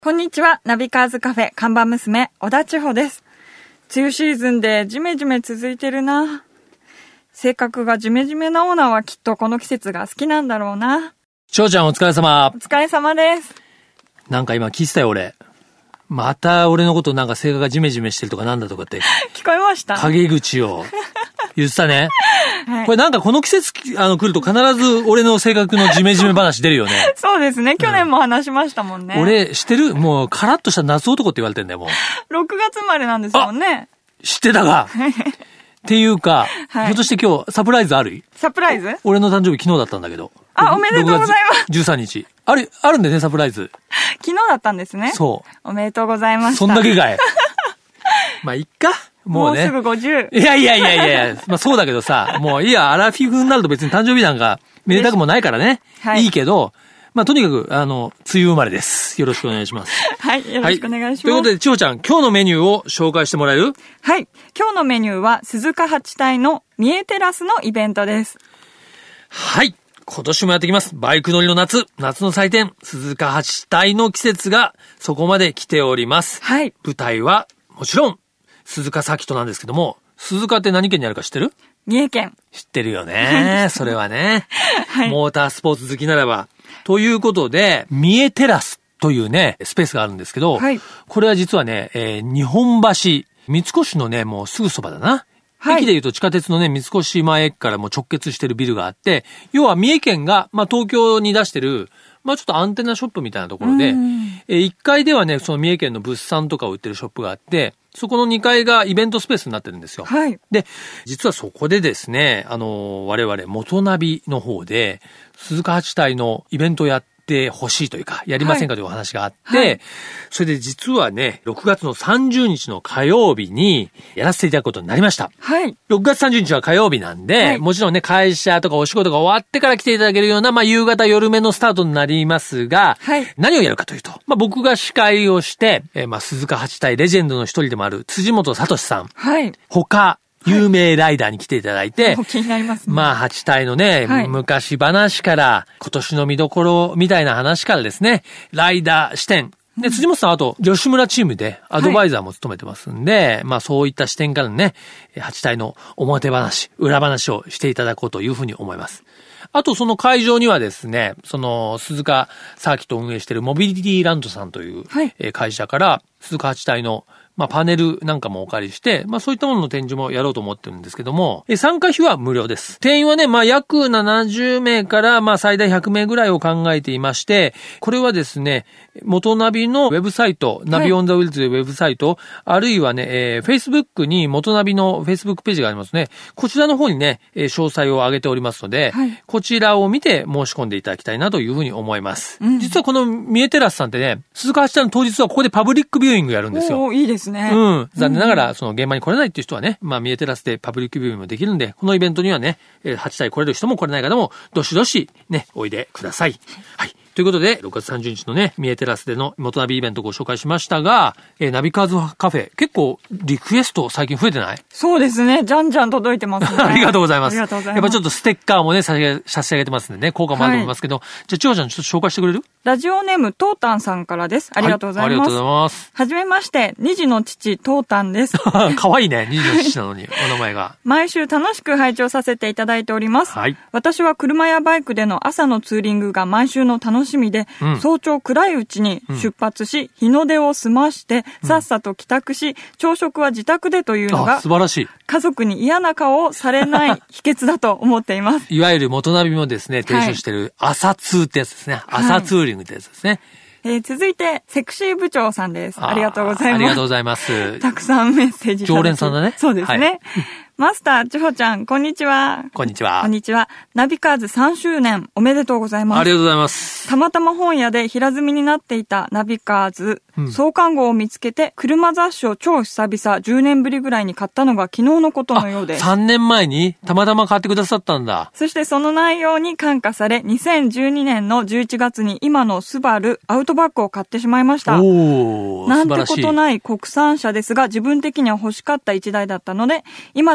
こんにちは。ナビカーズカフェ看板娘小田千穂です。梅雨シーズンでジメジメ続いてるな。性格がジメジメなオーナーはきっとこの季節が好きなんだろうな。 翔ちゃんお疲れ様。 お疲れ様です。 なんか今聞いてたよ俺。また俺のことなんか性格がジメジメしてるとかなんだとかって聞こえました。 陰口を言ってたね。 はい、 これなんかこの季節来ると必ず俺の性格のジメジメ話出るよね。 そうですね。去年も話しましたもんね。 俺知ってる？もうカラッとした夏男って言われてんだよもう。 6月生まれなんですもんね。 知ってたが。っていうか、はい、ひょっとして今日サプライズある？ サプライズ？ 俺の誕生日昨日だったんだけど。 あ、おめでとうございます。 13日。あるんだよね、サプライズ。 昨日だったんですね。 そう。 おめでとうございました。 そんだけかい。まあ、いっか。もうね。 もうすぐ50。 いや。まあそうだけどさ、もういいや、アラフィフになると別に誕生日なんかめでたくもないからね。はい。いいけど、まあとにかく、梅雨生まれです。よろしくお願いします。 はい、よろしくお願いします。はい、 ということで、千穂ちゃん、今日のメニューを紹介してもらえる？ はい。今日のメニューは、鈴鹿八体の三重テラスのイベントです。 はい。今年もやってきます。バイク乗りの夏の祭典、鈴鹿八体の季節がそこまで来ております。はい。舞台は、もちろん、鈴鹿サーキットなんですけども、鈴鹿って何県にあるか知ってる？ 三重県。 知ってるよね。それはね。はい。モータースポーツ好きならば。ということで、三重テラスというね、スペースがあるんですけど、はい。これは実はね、日本橋、三越のね、もうすぐそばだな。はい、駅で言うと地下鉄のね、三越前駅からも直結してるビルがあって、要は三重県が、まあ東京に出してる、まあちょっとアンテナショップみたいなところで、1階ではね、その三重県の物産とかを売ってるショップがあって、そこの2階がイベントスペースになってるんですよ。はい。で、実はそこでですね、我々元ナビの方で、鈴鹿八体のイベントをやってほしいというか、やりませんかというお話があって、はい、それで実はね、6月の30日の火曜日にやらせていただくことになりました。はい。6月30日は火曜日なんで、はい、もちろんね、会社とかお仕事が終わってから来ていただけるような、まあ、夕方夜目のスタートになりますが、はい。何をやるかというと、まあ、僕が司会をして、まあ、鈴鹿八体レジェンドの一人でもある辻本聡さん。はい。他、有名ライダーに来ていただいて、 はい、気になりますね。 まあ、八体のね、はい、昔話から、今年の見どころみたいな話からですね、ライダー視点。で、辻本さんはあと、吉村チームでアドバイザーも務めてますんで、はい、まあそういった視点からね、八体の表話、裏話をしていただこうというふうに思います。あとその会場にはですね、その鈴鹿サーキットを運営しているモビリティランドさんという会社から、鈴鹿八体のまあ、パネルなんかもお借りして、まあ、そういったものの展示もやろうと思ってるんですけども、参加費は無料です。定員はね、まあ、約70名から、まあ、最大100名ぐらいを考えていまして、これはですね、元ナビのウェブサイト、ナビオンザウィルズウェブサイト、あるいはね、Facebook に元ナビの Facebook ページがありますね。こちらの方にね、詳細を上げておりますので、はい、こちらを見て申し込んでいただきたいなというふうに思います。実はこの三重テラスさんってね、鈴鹿八体の当日はここでパブリックビューイングやるんですよ。 いいですね。 残念ながら、その現場に来れないっていう人はね、まあ、三重テラスでパブリックビューイングもできるんで、このイベントにはね、八体来れる人も来れない方も、どしどしね、おいでください。はい。ということで、6月30日のね、三重テラスでの元ナビイベントをご紹介しましたが、ナビカーズカフェ、結構リクエスト最近増えてない？ そうですね。じゃんじゃん届いてますね。 ありがとうございます。 ありがとうございます。 やっぱちょっとステッカーもね、差し上げてますんでね、効果もあると思いますけど、はい、じゃあ、千穂ちゃんちょっと紹介してくれる？ ラジオネーム、トータンさんからです。ありがとうございます。はい、ありがとうございます。はじめまして、2児の父、トータンです。 かわいいね、2児の父なのに、お名前が。 毎週楽しく拝聴させていただいております。はい。私は車やバイクでの朝のツーリングが毎週の楽しみで、早朝暗いうちに出発し、日の出を済まして、さっさと帰宅し、朝食は自宅でというのが、 素晴らしい。 家族に嫌な顔をされない秘訣だと思っています。 いわゆる元ナビもですね、提唱してる朝ツーってやつですね。朝ツーリングってやつですね。 続いて、セクシー部長さんです。ありがとうございます。 ありがとうございます。 たくさんメッセージ。 常連さんだね。 そうですね。はい、マスター、千穂ちゃん、こんにちは。 こんにちは。 こんにちは。ナビカーズ3周年おめでとうございます。 ありがとうございます。 たまたま本屋で平積みになっていたナビカーズ、創刊号を見つけて、車雑誌を超久々10年ぶりぐらいに買ったのが昨日のことのようです。 3年前にたまたま買ってくださったんだ。 そしてその内容に感化され、2012年の11月に今のスバルアウトバックを買ってしまいました。 おー、 なんてことない国産車ですが、自分的には欲しかった一台だったので、今で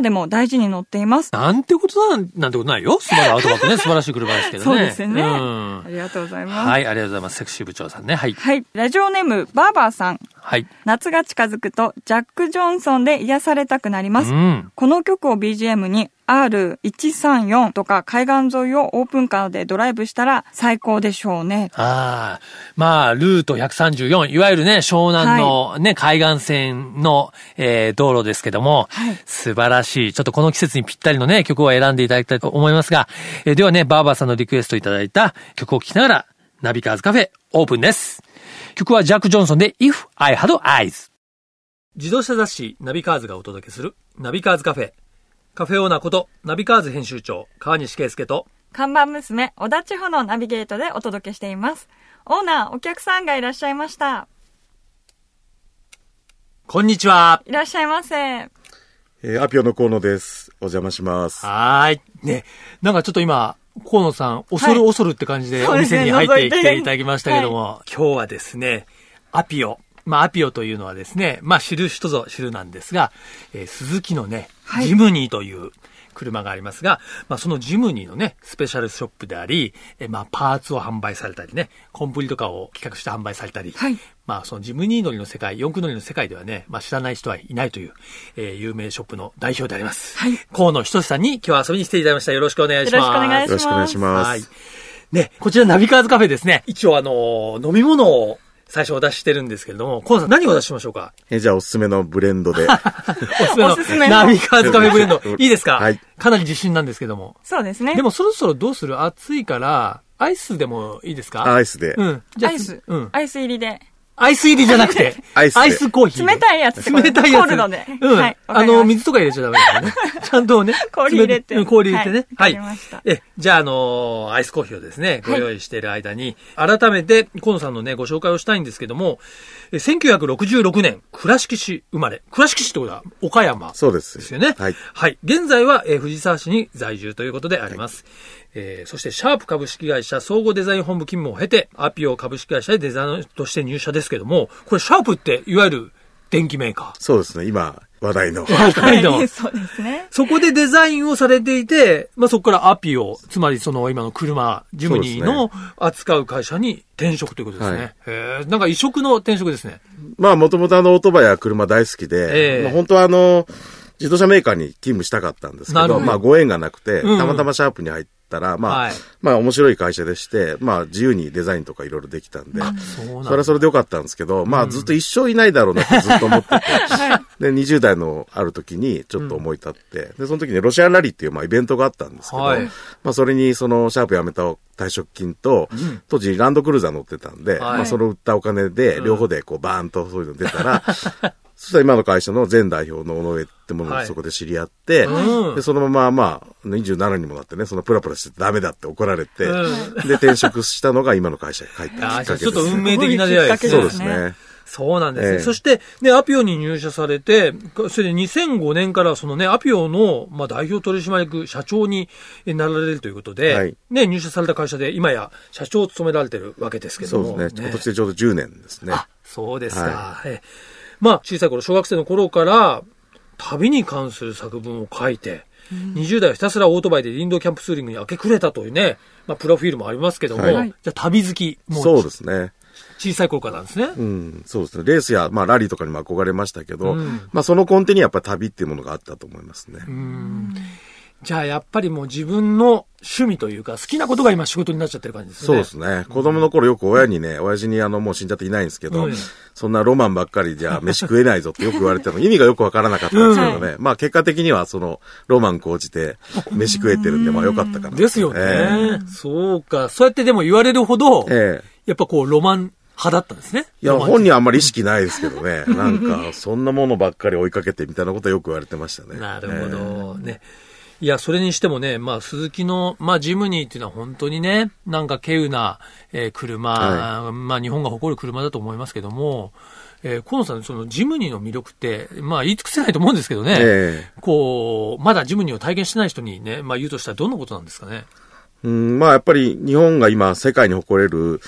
でも大事に乗っています。 なんてことないよ。スバルアウトバックね。素晴らしい車ですけどね。 そうですよね。ありがとうございます。 はい、ありがとうございます。セクシー部長さんね。はい。 はい。ラジオネーム、バーバーさん。 はい。 夏が近づくと、ジャック・ジョンソンで癒されたくなります。この曲を BGM に、R134 とか海岸沿いをオープンカーでドライブしたら最高でしょうね。 まあ、ルート134、いわゆるね、湘南のね、海岸線の、道路ですけども、素晴らしい。ちょっとこの季節にぴったりのね、曲を選んでいただきたいと思いますが、ではね、バーバーさんのリクエストいただいた曲を聴きながら、ナビカーズカフェオープンです。曲はジャック・ジョンソンで If I Had Eyes。自動車雑誌ナビカーズがお届けするナビカーズカフェ。カフェオーナーことナビカーズ編集長川西圭介と看板娘小田千穂のナビゲートでお届けしています。オーナー、お客さんがいらっしゃいました。 こんにちは。 いらっしゃいませ。 アピオの河野です。お邪魔します。 はい。ね、なんかちょっと今河野さん恐るって感じでお店に入ってきていただきましたけども、今日はですね、アピオ。アピオというのはですね、知る人ぞ知るなんですが、スズキのね、ジムニーという車がありますが、そのジムニーのね、スペシャルショップであり、パーツを販売されたりね、コンプリとかを企画して販売されたり、そのジムニー乗りの世界、四駆乗りの世界ではね、知らない人はいないという、有名ショップの代表であります。河野仁さんに今日は遊びに来ていただきました。よろしくお願いします。 よろしくお願いします。 よろしくお願いします。はい。 ね、こちらナビカーズカフェですね。一応飲み物を最初お出ししてるんですけれども、河野さん何をお出ししましょうか？ じゃあおすすめのブレンドで。 おすすめのナビカーズカフェブレンド。いいですか？ はい。 かなり自信なんですけども。 そうですね。 でもそろそろどうする？暑いから、アイスでもいいですか？ アイスで。 じゃあアイス入りで。 アイス入りじゃなくて、アイスコーヒー。 冷たいやつってこと。冷たいやつ。コールドで。 はい。水とか入れちゃダメだよね。ちゃんとね。 氷入れて。 氷入れてね。 はい。 じゃあ、アイスコーヒーをですね、ご用意している間に、改めて、河野さんのね、ご紹介をしたいんですけども、1966年、倉敷市生まれ。倉敷市ってことは、岡山。 そうです。 ですよね。 はい。 はい。現在は、藤沢市に在住ということであります。そしてシャープ株式会社総合デザイン本部勤務を経てアピオ株式会社でデザイナーとして入社ですけども、これシャープっていわゆる電機メーカー。 そうですね。今話題の。 そうですね。 そこでデザインをされていて、そこからアピオ、つまりその今の車、ジムニーの扱う会社に転職ということですね。なんか異色の転職ですね。 もともとオートバイや車大好きで、本当は自動車メーカーに勤務したかったんですけど、ご縁がなくて、たまたまシャープに入ったら、面白い会社でして、自由にデザインとかいろいろできたんで、それはそれでよかったんですけど、ずっと一生いないだろうなってずっと思ってて、で、20代のある時にちょっと思い立って、で、その時にロシアンラリーっていうイベントがあったんですけど、それにそのシャープ辞めた退職金と、当時ランドクルーザー乗ってたんで、それを売ったお金で、両方でバーンとそういうの出たら、そしたら今の会社の前代表の尾上ってものにそこで知り合って、で、そのまま27にもなってね、そのプラプラしてダメだって怒られて、で、転職したのが今の会社に帰ったきっかけです。 ちょっと運命的な出会いですね。 そうですね。 そうなんですね。そして、ね、アピオに入社されて、それで2005年からそのね、アピオの、代表取締役社長になられるということで、ね、入社された会社で今や社長を務められてるわけですけども。 そうですね。今年でちょうど10年ですね。 そうですか。小さい頃、小学生の頃から、旅に関する作文を書いて、20代はひたすらオートバイで林道キャンプツーリングに明け暮れたというね、プロフィールもありますけども、じゃあ旅好き。 そうですね。 小さい頃からなんですね。 そうですね。レースや、ラリーとかにも憧れましたけど、その根底にやっぱり旅っていうものがあったと思いますね。 じゃあやっぱりもう自分の趣味というか好きなことが今仕事になっちゃってる感じですね。 そうですね。子供の頃よく親にね、親父にもう死んじゃっていないんですけど、そんなロマンばっかりじゃ飯食えないぞってよく言われても意味がよくわからなかったんですけどね。結果的にはそのロマン講じて飯食えてるんでよかったかな。 ですよね。そうか。そうやってでも言われるほど、やっぱロマン派だったんですね。 いや、本人はあんまり意識ないですけどね。なんか、そんなものばっかり追いかけてみたいなことはよく言われてましたね。 なるほど。ね。いや、それにしてもね、鈴木の、ジムニーっていうのは本当にね、なんか稀有な、車、日本が誇る車だと思いますけども、河野さん、そのジムニーの魅力って、言い尽くせないと思うんですけどね、まだジムニーを体験してない人にね、言うとしたらどんなことなんですかね。 やっぱり日本が今世界に誇れる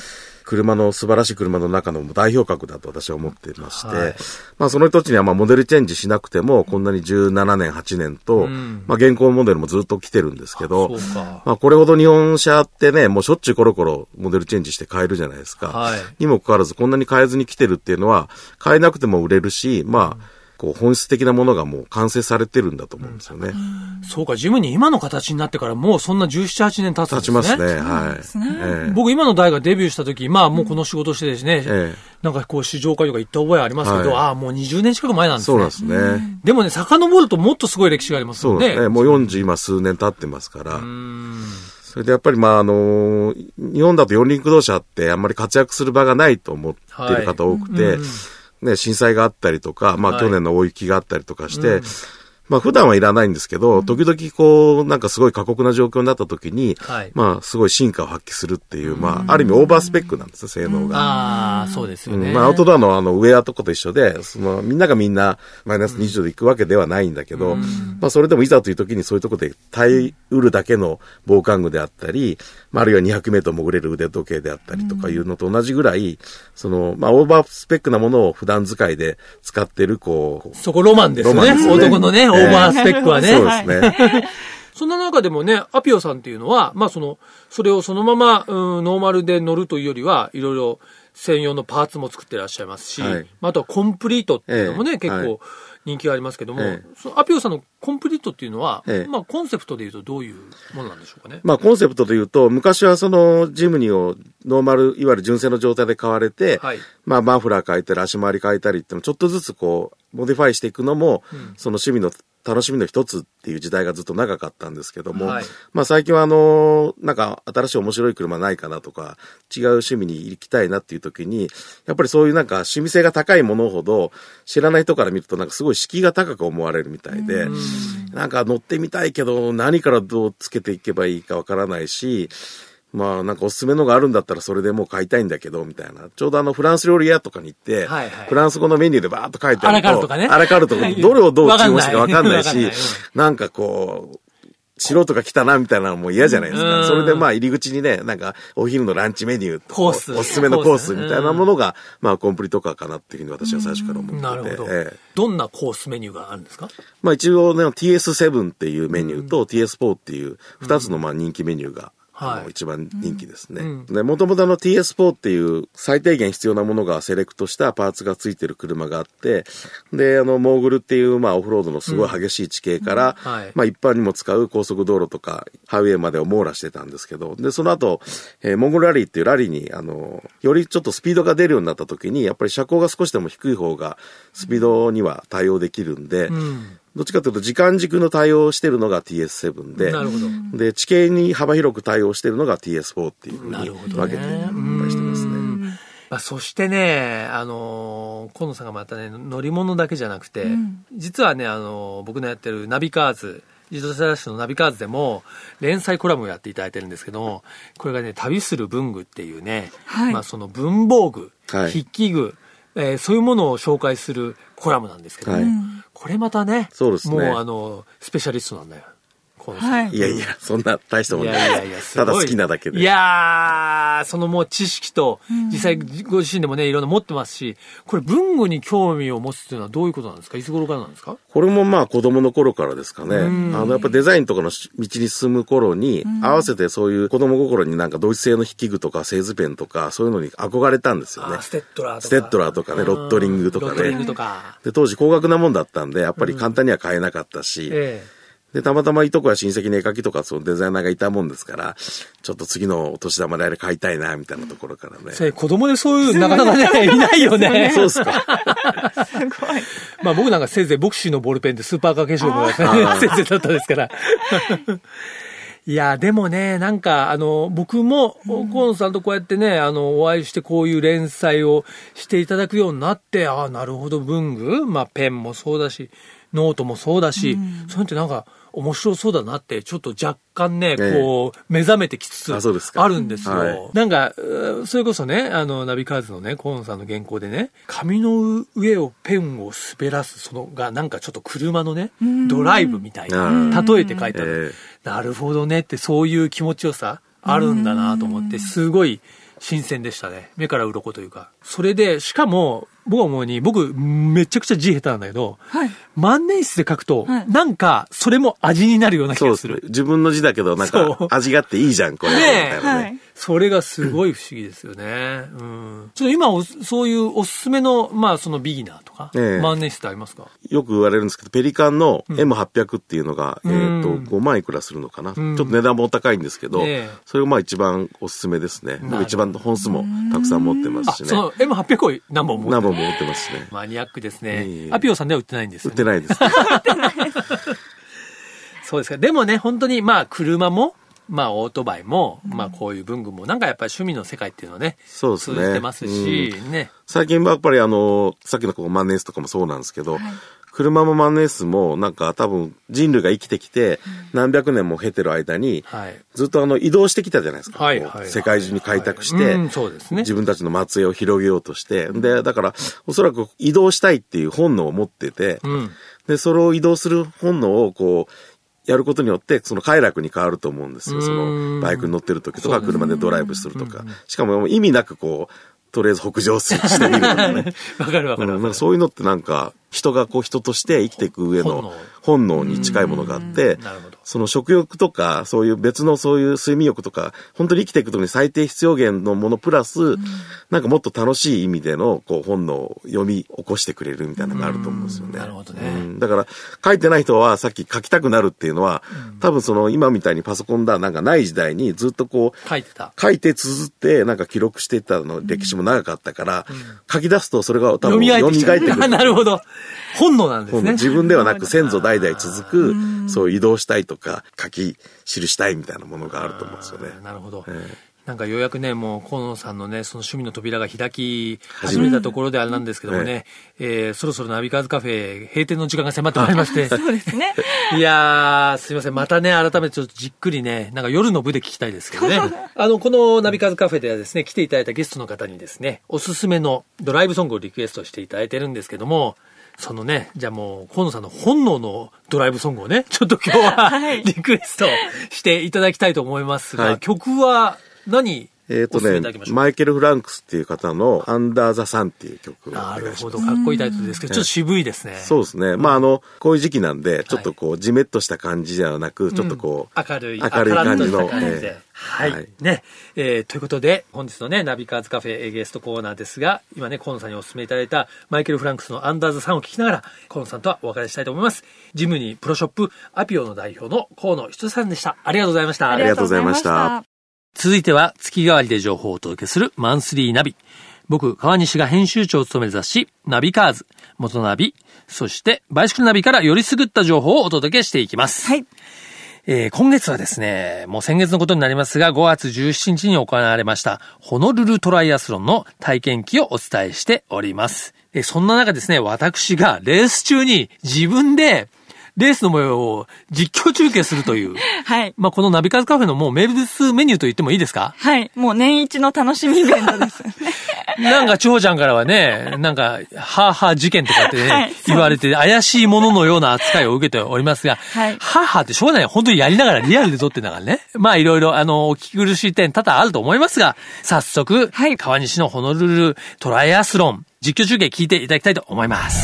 車の素晴らしい車の中の代表格だと私は思っていまして、はい、まあその一つにはまあモデルチェンジしなくてもこんなに17年8年と、まあ現行モデルもずっと来てるんですけど、まあこれほど日本車ってね、もうしょっちゅうコロコロモデルチェンジして買えるじゃないですか。はい、にもかかわらずこんなに買えずに来てるっていうのは、買えなくても売れるし、まあ、こう本質的なものがもう完成されてるんだと思うんですよね。 そうか、ジムに今の形になってからもうそんな17、8年経つんですね。 経ちますね。はい。 僕今の代がデビューした時、まあもうこの仕事してですね、なんかこう試乗会とか行った覚えありますけど、ああ、もう20年近く前なんですね。 そうなんですね。 でもね、遡るともっとすごい歴史がありますよね。 そうですね。もう40今数年経ってますから。それでやっぱりまあ日本だと四輪駆動車ってあんまり活躍する場がないと思っている方多くて、ね、震災があったりとか、まあ去年の大雪があったりとかして、まあ普段はいらないんですけど、時々こう、なんかすごい過酷な状況になった時に、まあすごい進化を発揮するっていう、まあある意味オーバースペックなんですよ、性能が。 ああ、そうですよね。 まあアウトドアのウェアとかと一緒で、みんながみんなマイナス20度で行くわけではないんだけど、まあそれでもいざという時にそういうところで耐えうるだけの防寒具であったり、まああるいは200メートル潜れる腕時計であったりとかいうのと同じぐらい、まあオーバースペックなものを普段使いで使ってる、こう。 そこロマンですね。男のね、オーバースペックはね。 そうですね。 そんな中でもね、アピオさんっていうのは、まあそれをそのまま、ノーマルで乗るというよりは、いろいろ専用のパーツも作ってらっしゃいますし、あとはコンプリートっていうのもね、結構人気がありますけども、そのアピオさんのコンプリートっていうのは、まあコンセプトでいうとどういうものなんでしょうかね。 まあコンセプトでいうと、昔はジムニーをノーマル、いわゆる純正の状態で買われて、まあマフラー変えたり足回り変えたりってもちょっとずつこう、モディファイしていくのも、その趣味の楽しみの一つっていう時代がずっと長かったんですけども、まあ最近はなんか新しい面白い車ないかなとか、違う趣味に行きたいなっていう時に、やっぱりそういうなんか趣味性が高いものほど、知らない人から見るとなんかすごい敷居が高く思われるみたいで、なんか乗ってみたいけど何からどうつけていけばいいかわからないし、まあなんかおすすめのがあるんだったらそれでもう買いたいんだけどみたいな。ちょうどフランス料理屋とかに行って、フランス語のメニューでバーッと書いてあると、 アラカルトかね。 アラカルトどれをどう注文してかわかんないし、なんかこう、素人が来たなみたいなのも嫌じゃないですか。それでまあ入り口にね、なんかお昼のランチメニューとコースおすすめのコースみたいなものが、まあコンプリートカーかなっていうふうに私は最初から思ってて。 なるほど。どんなコースメニューがあるんですか？ まあ一応ね、TS7 っていうメニューと TS4 っていう2つのまあ人気メニューが一番人気ですね。で、もともとTS4 っていう最低限必要なものがセレクトしたパーツがついてる車があって、で、モーグルっていうまあオフロードのすごい激しい地形から、まあ一般にも使う高速道路とかハイウェイまでを網羅してたんですけど、で、その後、モンゴルラリーっていうラリーに、よりちょっとスピードが出るようになった時に、やっぱり車高が少しでも低い方がスピードには対応できるんで、どっちかというと時間軸の対応をしてるのが TS7 で、 なるほど。 で、地形に幅広く対応してるのが TS4 っていうふうに分けて販売してますね。 まあ、そしてね、河野さんがまたね、乗り物だけじゃなくて、実はね、僕のやってるナビカーズ、自動車雑誌のナビカーズでも連載コラムをやっていただいてるんですけども、これがね、旅する文具っていうね、まあその文房具、筆記具、そういうものを紹介するコラムなんですけども、これまたね、 そうですね、 もうスペシャリストなんだよ。 いやいや、そんな大したもんじゃない。ただ好きなだけで。 いやー、そのもう知識と、実際ご自身でもね、いろんな持ってますし、これ文具に興味を持つっていうのはどういうことなんですか？いつ頃からなんですか？ これもまあ子供の頃からですかね。やっぱデザインとかの道に進む頃に、合わせてそういう子供心になんかドイツ製の筆記具とか製図ペンとか、そういうのに憧れたんですよね。 ステッドラーとか。 ステッドラーとかね、ロットリングとかね。 ロットリングとか。 で、当時高額なもんだったんで、やっぱり簡単には買えなかったし、で、たまたまいとこや親戚に絵描きとかそのデザイナーがいたもんですから、ちょっと次のお年玉であれ買いたいな、みたいなところからね。 子供でそういう、なかなかね、いないよね。 そうっすか。 すごい。 まあ僕なんかせいぜいボクシーのボールペンでスーパー化粧も先生だったですから。いや、でもね、なんか、僕も、河野さんとこうやってね、お会いしてこういう連載をしていただくようになって、なるほど、文具、まあ、ペンもそうだし、ノートもそうだし、そういうのってなんか、面白そうだなって、ちょっと若干ね、こう、目覚めてきつつあるんですよ。なんか、それこそね、ナビカーズのね、河野さんの原稿でね、紙の上をペンを滑らす、そのが、なんかちょっと車のね、ドライブみたいな、例えて書いてある。なるほどねって、そういう気持ちよさあるんだなと思って、すごい新鮮でしたね。目から鱗というか。それで、しかも、僕は思うに、僕、めちゃくちゃ字下手なんだけど、はい、万年筆で書くと、はい、なんか、それも味になるような気がする。 自分の字だけど、なんか、味があっていいじゃん、これ。ねえ。はい。 それがすごい不思議ですよね。うん。ちょっと今そういうおすすめの、まあそのビギナーとか、万年筆ってありますか？ よく言われるんですけど、ペリカンの M800 っていうのが、5万いくらするのかな。ちょっと値段もお高いんですけど、それがまあ一番おすすめですね。僕一番本数もたくさん持ってますしね。 その M800 を何本も持ってますしね。 マニアックですね。アピオさんでは売ってないんですよね。 売ってないです。 そうですか。でもね、本当にまあ車も、まあオートバイも、まあこういう文具もなんかやっぱり趣味の世界っていうのはね、 そうですね。 通じてますし、ね。 最近はやっぱりさっきの万年筆とかもそうなんですけど、車も万年筆もなんか多分人類が生きてきて何百年も経てる間に、ずっと移動してきたじゃないですか。世界中に開拓して、自分たちの末裔を広げようとして、で、だからおそらく移動したいっていう本能を持ってて、で、それを移動する本能をこう、やることによって、その快楽に変わると思うんですよ。その、バイクに乗ってる時とか、車でドライブするとか。しかも意味なくこう、とりあえず北上してみるとかね。 わかるわかる。 そういうのってなんか、人がこう人として生きていく上の本能に近いものがあって、その食欲とか、そういう別のそういう睡眠欲とか、本当に生きていくときに最低必要源のものプラス、なんかもっと楽しい意味でのこう本能を読み起こしてくれるみたいなのがあると思うんですよね。 なるほどね。 だから書いてない人はさっき書きたくなるっていうのは、多分その今みたいにパソコンだなんかない時代にずっとこう、書いて綴ってなんか記録していったの歴史も長かったから、書き出すとそれが多分蘇ってくる。 なるほど。本能なんですね。 自分ではなく先祖代々続く、そう移動したいとか、書き記したいみたいなものがあると思うんですよね。 なるほど。なんかようやくね、もう河野さんのね、その趣味の扉が開き始めたところであれなんですけどもね、そろそろナビカーズカフェ閉店の時間が迫ってまいりまして。 そうですね。 いやー、すいません。またね、改めてちょっとじっくりね、なんか夜の部で聞きたいですけどね。このナビカーズカフェではですね、来ていただいたゲストの方にですね、おすすめのドライブソングをリクエストしていただいてるんですけども、そのね、じゃあもう、河野さんの本能のドライブソングをね、ちょっと今日はリクエストしていただきたいと思いますが、曲は何マイケル・フランクスっていう方のアンダー・ザ・サンっていう曲を。 なるほど、かっこいいタイトルですけど、ちょっと渋いですね。 そうですね。まあこういう時期なんで、ちょっとこう、じめっとした感じではなく、ちょっとこう、 明るい感じの。 はい。ね。ということで、本日のね、ナビカーズカフェゲストコーナーですが、今ね、河野さんにお勧めいただいたマイケル・フランクスのアンダー・ザ・サンを聞きながら、河野さんとはお別れしたいと思います。ジムニープロショップアピオの代表の河野ひさんでした。ありがとうございました。 ありがとうございました。 続いては月替わりで情報をお届けするマンスリーナビ。僕、川西が編集長を務める雑誌、ナビカーズ、元ナビ、そしてバイシクルナビからよりすぐった情報をお届けしていきます。 はい。 今月はですね、もう先月のことになりますが、5月17日に行われましたホノルルトライアスロンの体験記をお伝えしております。そんな中ですね、私がレース中に自分でレースの模様を実況中継するという。 はい。 まあ、このナビカーズカフェのもう名物メニューと言ってもいいですか？ はい。もう年一の楽しみイベントです。 なんか、長ちゃんからはね、なんか、ハーハー事件とかってね、言われて、怪しいもののような扱いを受けておりますが、ハーハーってしょうがない。本当にやりながらリアルで撮ってんだからね。まあ、いろいろ、お聞き苦しい点多々あると思いますが、早速、川西のホノルルトライアスロン、実況中継聞いていただきたいと思います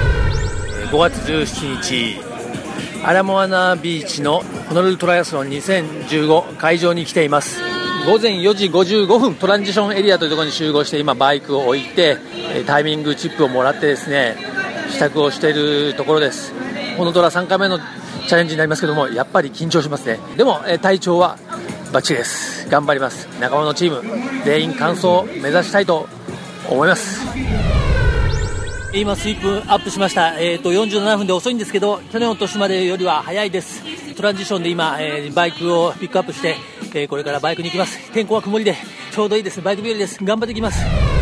。5月17日、アラモアナビーチのホノルルトライアスロン2015会場に来ています。午前4時55分トランジションエリアというところに集合して今バイクを置いてタイミングチップをもらってですね支度をしているところです。ホノトラ3回目のチャレンジになりますけどもやっぱり緊張しますね。でも体調はバッチリです。頑張ります。仲間のチーム全員完走を目指したいと思います。今スイープアップしました。47分で遅いんですけど去年の年までよりは早いです。トランジションで今、バイクをピックアップして、これからバイクに行きます。天候は曇りでちょうどいいです。バイク日和です。頑張っていきます。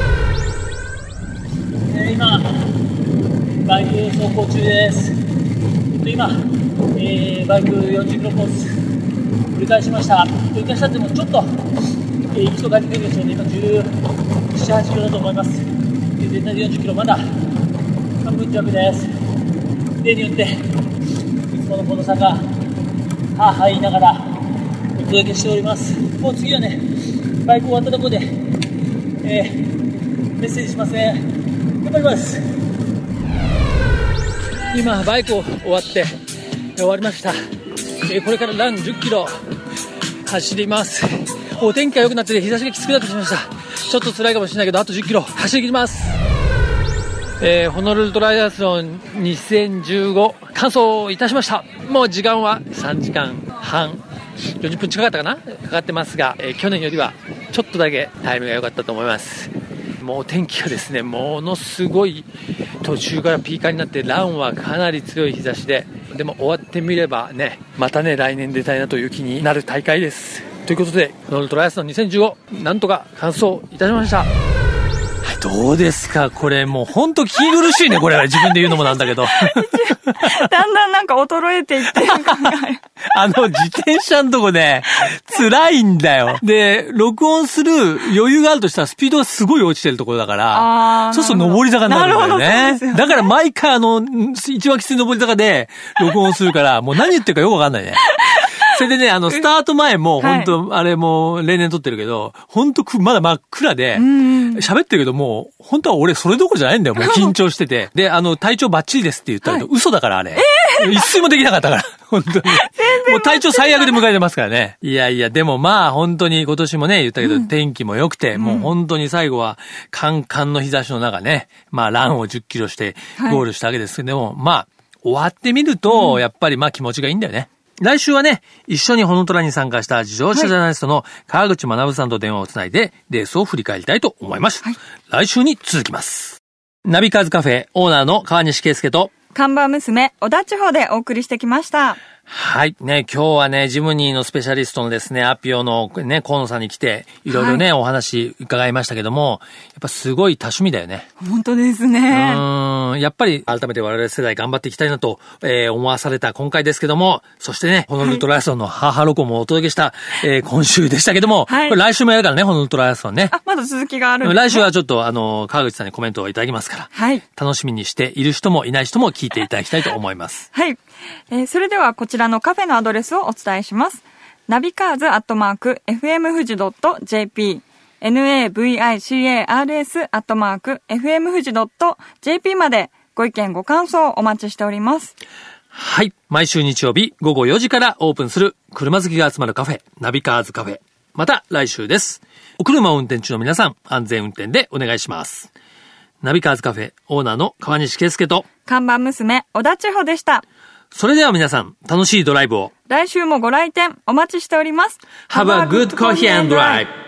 今バイク走行中です。今、バイク40キロコース繰り返しました。繰り返したってもちょっと、行きと帰ってくるでしょうね。今17、8キロだと思います。全体で40キロまだ半分弱です。例によっていつものこの坂はぁはぁ言いながらお届けしております。もう次はねバイク終わったところでメッセージしますね。頑張ります。今バイクを終わって終わりました。これからラン10キロ走ります。お天気が良くなって日差しがきつくなってきました。ちょっと辛いかもしれないけど、あと10キロ走り切ります。ホノルルトライアスロン2015完走いたしました。もう時間は3時間半40分近かったかな、かかってますが、去年よりはちょっとだけタイムが良かったと思います。もうお天気がですね、ものすごい途中からピーカーになって、ランはかなり強い日差しで、でも終わってみればね、またね、来年出たいなという気になる大会です。ということで、ホノルルトライアスロン2015なんとか完走いたしました。どうですかこれ、もう本当聞き苦しいね、これは自分で言うのもなんだけど。 だんだんなんか衰えていってる感が自転車のとこね、辛いんだよ。で、録音する余裕があるとしたらスピードがすごい落ちてるところだから、そうすると上り坂になるんだよね。だから毎回一番きつい上り坂で録音するから、もう何言ってるかよくわかんないね。それでね、スタート前も、本当あれも例年撮ってるけど、本当まだ真っ暗で、喋ってるけどもう、本当は俺それどころじゃないんだよ。もう緊張してて。で、体調バッチリですって言ったけど、嘘だからあれ。一睡もできなかったから。本当に。もう体調最悪で迎えてますからね。いやいや、でもまあ本当に今年もね、言ったけど、天気も良くて、もう本当に最後は、カンカンの日差しの中ね、まあランを10キロしてゴールしたわけですけども、まあ、終わってみると、やっぱりまあ気持ちがいいんだよね。来週はね、一緒にホノトラに参加した自動車ジャーナリストの川口学さんと電話をつないで、レースを振り返りたいと思います。来週に続きます。ナビカーズカフェオーナーの川西圭介と、 看板娘、小田地方でお送りしてきました。 はい。ね、今日はね、ジムニーのスペシャリストのですね、アピオのね、河野さんに来て、いろいろね、お話伺いましたけども、やっぱすごい多趣味だよね。 本当ですね。 やっぱり改めて我々世代頑張っていきたいなと、思わされた今回ですけども、そしてね、ホノルルトライアスロンの母ロコもお届けした、今週でしたけども、これ来週もやるからね、ホノルルトライアスロンね。 まだ続きがあるんですね。来週はちょっと川口さんにコメントをいただきますから、楽しみにしている人もいない人も聞いていただきたいと思います。 はい。それではこちらのカフェのアドレスをお伝えします。ナビカーズ@fm富士.jp navicars @fm富士.jp までご意見ご感想お待ちしております。 はい。毎週日曜日午後4時からオープンする車好きが集まるカフェ、ナビカーズカフェ。また来週です。お車を運転中の皆さん、安全運転でお願いします。ナビカーズカフェオーナーの川西圭介と、 看板娘、小田千穂でした。 それでは皆さん、楽しいドライブを。 来週もご来店お待ちしております。 Have a good coffee and drive!